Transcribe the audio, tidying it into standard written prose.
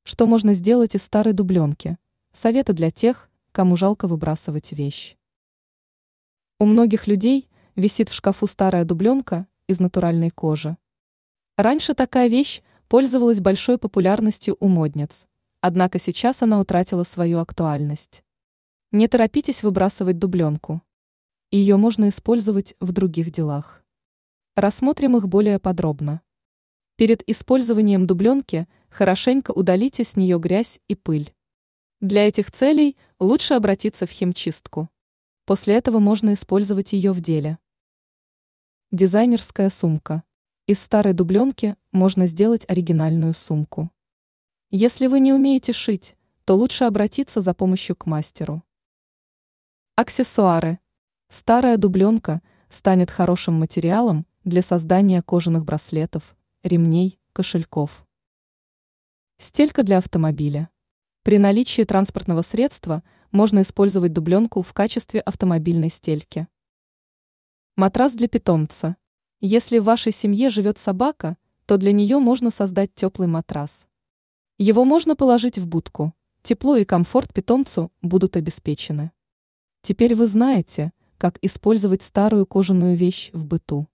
Что можно сделать из старой дубленки? Советы для тех, кому жалко выбрасывать вещь. У многих людей висит в шкафу старая дубленка из натуральной кожи. Раньше такая вещь пользовалась большой популярностью у модниц, однако сейчас она утратила свою актуальность. Не торопитесь выбрасывать дубленку. Ее можно использовать в других делах. Рассмотрим их более подробно. Перед использованием дубленки хорошенько удалите с нее грязь и пыль. Для этих целей лучше обратиться в химчистку. После этого можно использовать ее в деле. Дизайнерская сумка. Из старой дубленки можно сделать оригинальную сумку. Если вы не умеете шить, то лучше обратиться за помощью к мастеру. Аксессуары. Старая дубленка станет хорошим материалом для создания кожаных браслетов, ремней, кошельков. Стелька для автомобиля. При наличии транспортного средства можно использовать дубленку в качестве автомобильной стельки. Матрас для питомца. Если в вашей семье живет собака, то для нее можно создать теплый матрас. Его можно положить в будку. Тепло и комфорт питомцу будут обеспечены. Теперь вы знаете, как использовать старую кожаную вещь в быту.